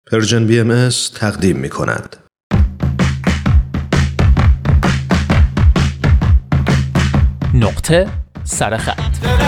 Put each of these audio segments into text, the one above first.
پرژن BMS تقدیم می کند. نقطه سرخط.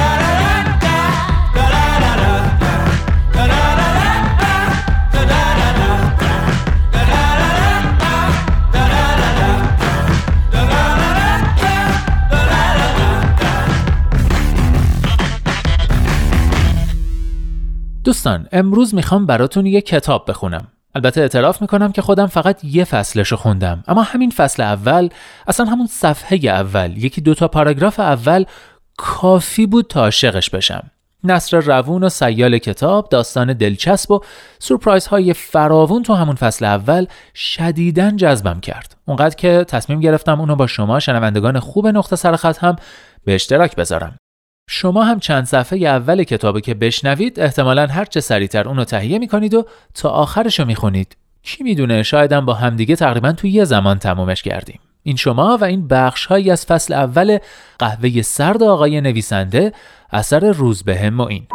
دوستان، امروز میخوام براتون یه کتاب بخونم. البته اعتراف میکنم که خودم فقط یه فصلشو خوندم، اما همین فصل اول، اصلا همون صفحه اول، یکی دوتا پاراگراف اول کافی بود تا عاشقش بشم. نثر روون و سیال کتاب، داستان دلچسب و سورپرایز های فراوون تو همون فصل اول شدیداً جذبم کرد. اونقدر که تصمیم گرفتم اونو با شما شنوندگان خوب نقطه سرخط هم به اشتراک بذارم. شما هم چند صفحه اول کتابو که بشنوید احتمالاً هر چه سریعتر اونو تهیه میکنید و تا آخرشو میخونید. کی میدونه، شایدم با همدیگه تقریباً تو یه زمان تمومش کردیم. این شما و این بخش‌هایی از فصل اول قهوه سرد آقای نویسنده، اثر روزبه معین.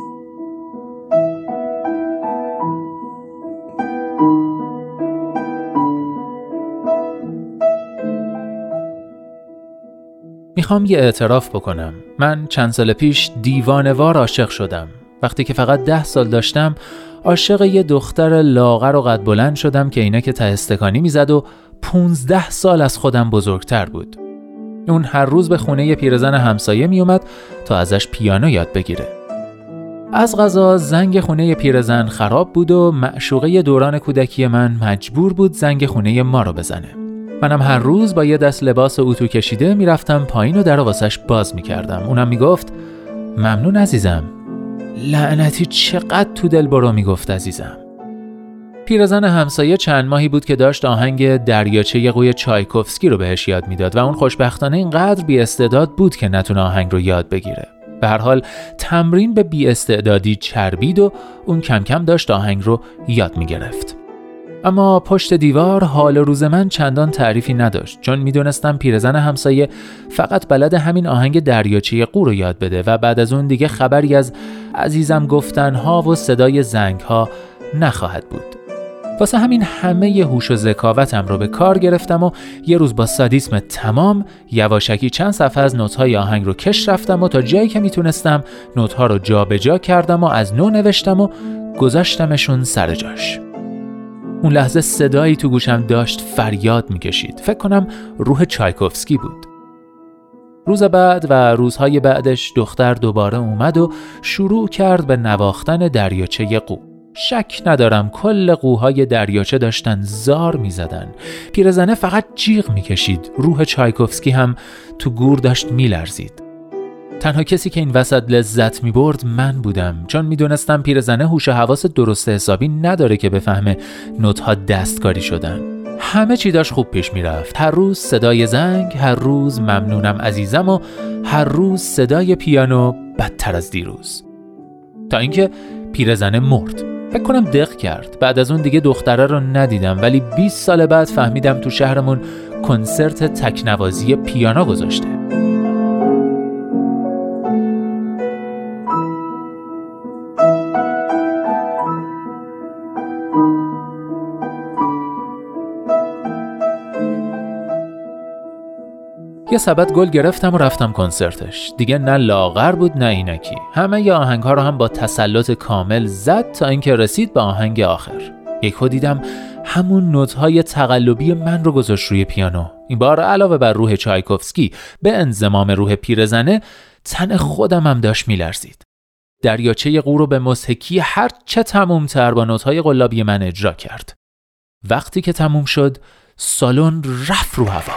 میخوام یه اعتراف بکنم. من چند سال پیش دیوانه‌وار عاشق شدم. وقتی که فقط 10 سال داشتم، عاشق یه دختر لاغر و قد بلند شدم که عینک ته استکانی میزد و 15 سال از خودم بزرگتر بود. اون هر روز به خونه پیرزن همسایه می اومد تا ازش پیانو یاد بگیره. از قضا زنگ خونه پیرزن خراب بود و معشوقه دوران کودکی من مجبور بود زنگ خونه ما رو بزنه. منم هر روز با یه دست لباس اتو کشیده میرفتم پایین و در واسش باز میکردم. اونم میگفت ممنون عزیزم. لعنتی چقدر تو دل برو میگفت عزیزم. پیرزن همسایه چند ماهی بود که داشت آهنگ دریاچه قوی چایکوفسکی رو بهش یاد میداد و اون خوشبختانه اینقدر بی استعداد بود که نتونه آهنگ رو یاد بگیره. به هر حال تمرین به بی استعدادی چربید و اون کم کم داشت آهنگ رو یاد میگرفت. اما پشت دیوار حال روز من چندان تعریفی نداشت، چون میدونستم پیرزن همسایه فقط بلد همین آهنگ دریاچه قو رو یاد بده و بعد از اون دیگه خبری از عزیزم گفتنها و صدای زنگها نخواهد بود. واسه همین همه هوش و ذکاوتم رو به کار گرفتم و یه روز با سادیسم تمام یواشکی چند صفحه از نوت‌های آهنگ رو کش رفتم و تا جایی که میتونستم نوت‌ها رو جا به جا کردم و از نو نوشتم و گذاشتمشون سر جاش. اون لحظه صدایی تو گوشم داشت فریاد میکشید. فکر کنم روح چایکوفسکی بود. روز بعد و روزهای بعدش دختر دوباره اومد و شروع کرد به نواختن دریاچه قو. شک ندارم کل قوهای دریاچه داشتن زار میزدن. پیرزنه فقط جیغ میکشید. روح چایکوفسکی هم تو گور داشت میلرزید. تنها کسی که این وسط لذت میبرد من بودم، چون میدونستم پیرزنه هوش و حواس درست حسابی نداره که بفهمه نوت‌ها دستکاری شدن. همه چی داشت خوب پیش میرفت. هر روز صدای زنگ، هر روز ممنونم عزیزم و هر روز صدای پیانو بدتر از دیروز. تا اینکه پیرزنه مرد. فکر کنم دق کرد. بعد از اون دیگه دختره رو ندیدم، ولی 20 سال بعد فهمیدم تو شهرمون کنسرت تکنوازی پیانو گذاشته. یه سبد گل گرفتم و رفتم کنسرتش. دیگه نه لاغر بود نه عینکی. همه ی آهنگ‌ها رو هم با تسلط کامل زد تا اینکه رسید به آهنگ آخر. یکو دیدم همون نوت‌های تقلبی من رو گذاشت روی پیانو. این بار علاوه بر روح چایکوفسکی به انضمام روح پیرزنه، تن خودم هم داشت میلرزید. دریاچه قو رو به مضحکی هر چه تموم‌تر با نوت‌های قلابی من اجرا کرد. وقتی که تموم شد، سالن رفت رو هوا.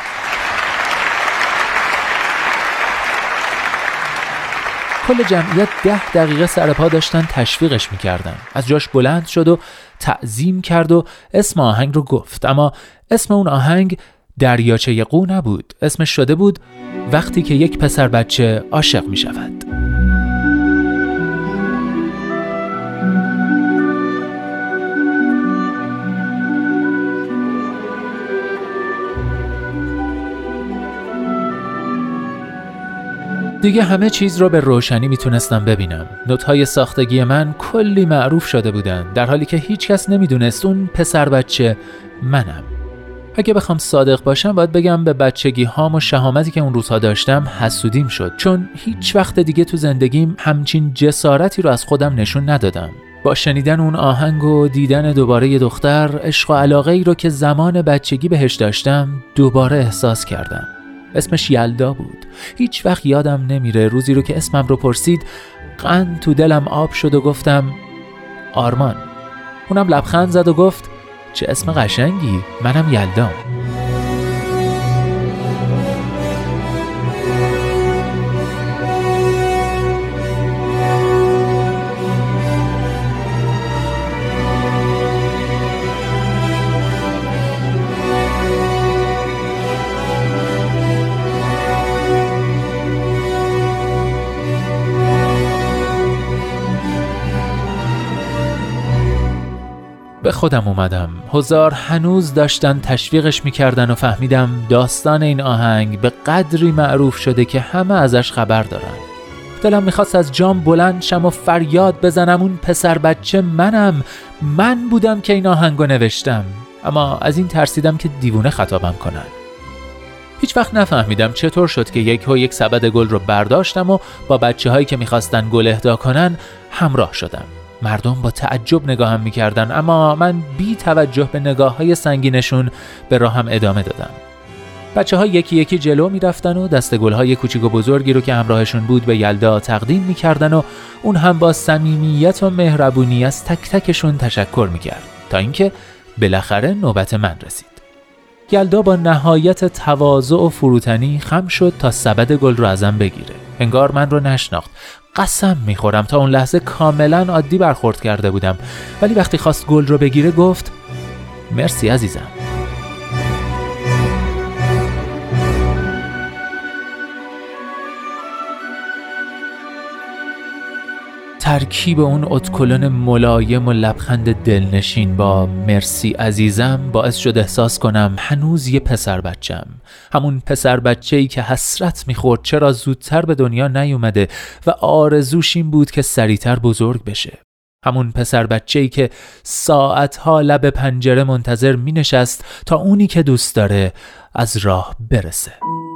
کل جمعیت 10 دقیقه سرپا داشتن تشویقش میکردن. از جاش بلند شد و تعظیم کرد و اسم آهنگ رو گفت، اما اسم اون آهنگ دریاچه قو نبود. اسمش شده بود وقتی که یک پسر بچه عاشق میشود. دیگه همه چیز رو به روشنی میتونستم ببینم. نوت‌های ساختگی من کلی معروف شده بودن، در حالی که هیچ کس نمیدونست اون پسر بچه منم. اگه بخوام صادق باشم باید بگم به بچگی هام و شهامتی که اون روزها داشتم حسودیم شد، چون هیچ وقت دیگه تو زندگیم همچین جسارتی رو از خودم نشون ندادم. با شنیدن اون آهنگ و دیدن دوباره یه دختر، عشق و علاقه ای رو که زمان بچگی بهش داشتم دوباره احساس کردم. اسمش یلدا بود. هیچ وقت یادم نمیره روزی رو که اسمم رو پرسید قند تو دلم آب شد و گفتم آرمان. اونم لبخند زد و گفت چه اسم قشنگی، منم یلدام. به خودم اومدم. حضار هنوز داشتن تشویقش میکردن و فهمیدم داستان این آهنگ به قدری معروف شده که همه ازش خبر دارن. دلم میخواست از جام بلند شم و فریاد بزنم اون پسر بچه منم، من بودم که این آهنگو نوشتم. اما از این ترسیدم که دیوونه خطابم کنن. هیچ وقت نفهمیدم چطور شد که یک سبد گل رو برداشتم و با بچه هایی که میخواستن گل اهدا کنن همراه شدم. مردم با تعجب نگاهم میکردن، اما من بی توجه به نگاه های سنگینشون به راهم ادامه دادم. بچه ها یکی یکی جلو میرفتن و دست گل های کوچیک و بزرگی رو که همراهشون بود به یلدا تقدیم میکردن و اون هم با صمیمیت و مهربونی از تک تکشون تشکر میکرد، تا اینکه بالاخره نوبت من رسید. یلدا با نهایت تواضع و فروتنی خم شد تا سبد گل رو ازم بگیره. انگار من رو نشناخت. قسم میخورم تا اون لحظه کاملا عادی برخورد کرده بودم، ولی وقتی خواست گل رو بگیره گفت مرسی عزیزم. ترکیب اون ادکلون ملایم و لبخند دلنشین با مرسی عزیزم باعث شد احساس کنم هنوز یه پسر بچم. همون پسر بچه‌ای که حسرت میخورد چرا زودتر به دنیا نیومده و آرزوش این بود که سریعتر بزرگ بشه. همون پسر بچه‌ای که ساعتها لب پنجره منتظر مینشست تا اونی که دوست داره از راه برسه.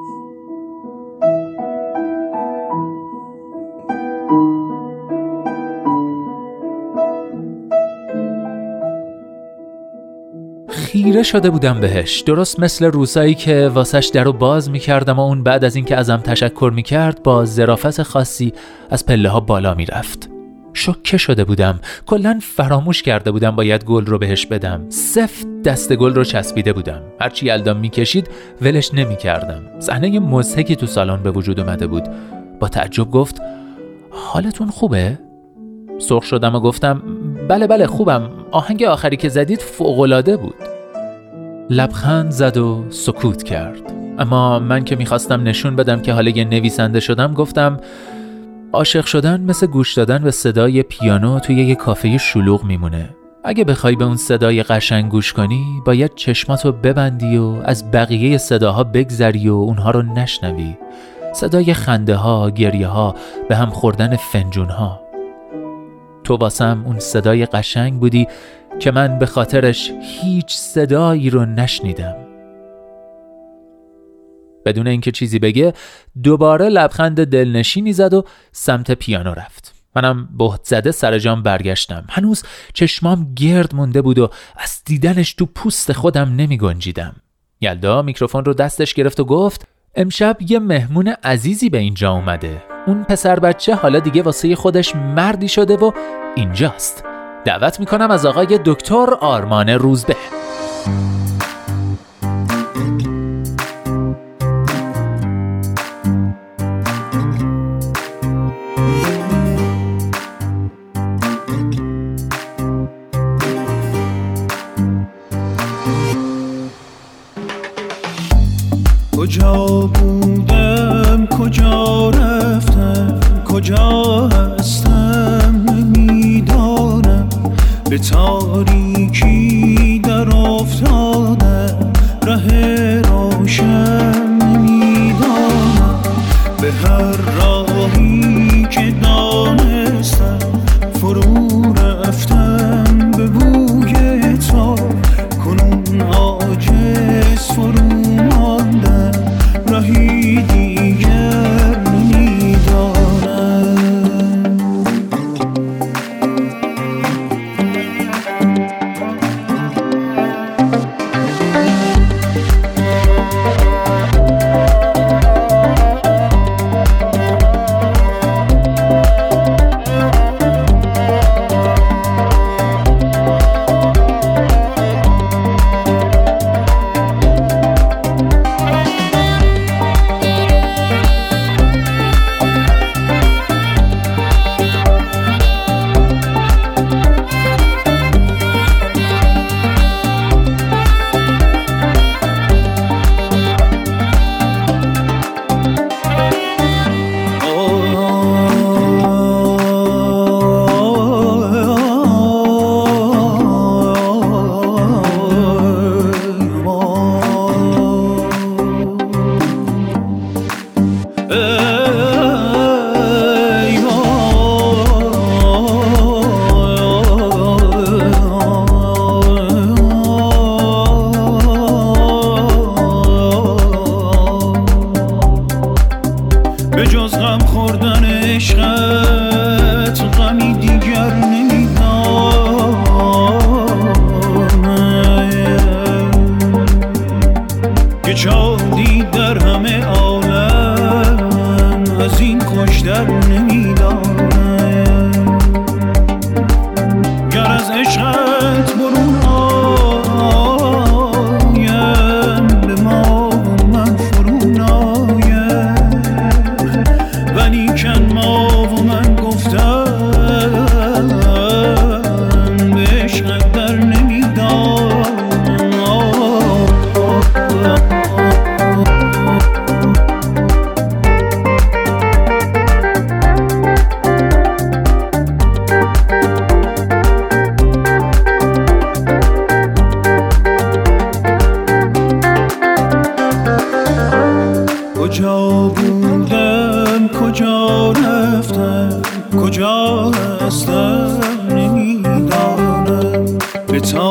خیره شده بودم بهش، درست مثل روزایی که واسش درو باز میکردم و اون بعد از اینکه ازم تشکر میکرد با ظرافت خاصی از پله ها بالا میرفت. شوکه شده بودم، کلاً فراموش کرده بودم باید گل رو بهش بدم. سفت دست گل رو چسبیده بودم، هرچی یلدا میکشید ولش نمیکردم. صحنه مضحکی تو سالن به وجود اومده بود. با تعجب گفت حالتون خوبه؟ سرخ شدم و گفتم بله خوبم، آهنگ آخری که زدید فوق‌العاده بود. لبخند زد و سکوت کرد. اما من که میخواستم نشون بدم که حالا یه نویسنده شدم گفتم عاشق شدن مثل گوش دادن به صدای پیانو توی یه کافه شلوغ میمونه. اگه بخوای به اون صدای قشنگ گوش کنی باید چشماتو ببندی و از بقیه صداها بگذری و اونها رو نشنوی. صدای خنده ها، گریه ها، به هم خوردن فنجون ها. تو واسم اون صدای قشنگ بودی که من به خاطرش هیچ صدایی رو نشنیدم. بدون اینکه چیزی بگه دوباره لبخند دلنشینی زد و سمت پیانو رفت. منم بهت زده سر جام برگشتم. هنوز چشمام گرد مونده بود و از دیدنش تو پوست خودم نمی گنجیدم. یلدا میکروفون رو دستش گرفت و گفت امشب یه مهمون عزیزی به اینجا اومده. اون پسر بچه حالا دیگه واسه خودش مردی شده و اینجاست. دعوت میکنم از آقای دکتر آرمان روزبه. کجا بودم، کجا رفتم، کجا هستم نمیدانم. به تاریکی در افتادم، ره روشن نمیدانم. به هر راه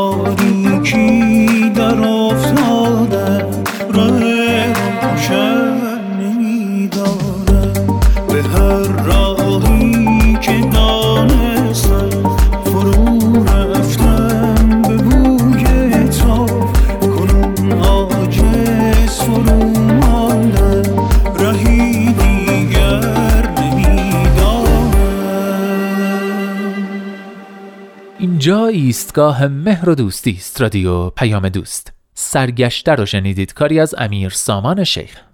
تاریکی در افتاده راه روشن نمی‌دارم به هر راهی که دانستم فرو رفتم به بوی تو کنون عاجز فرو ماندم رهی دیگر نمی‌دارم. اینجا ایستگاه مهر و دوستی است. رادیو پیام دوست. سرگشته رو شنیدید، کاری از امیر سامان شیخ.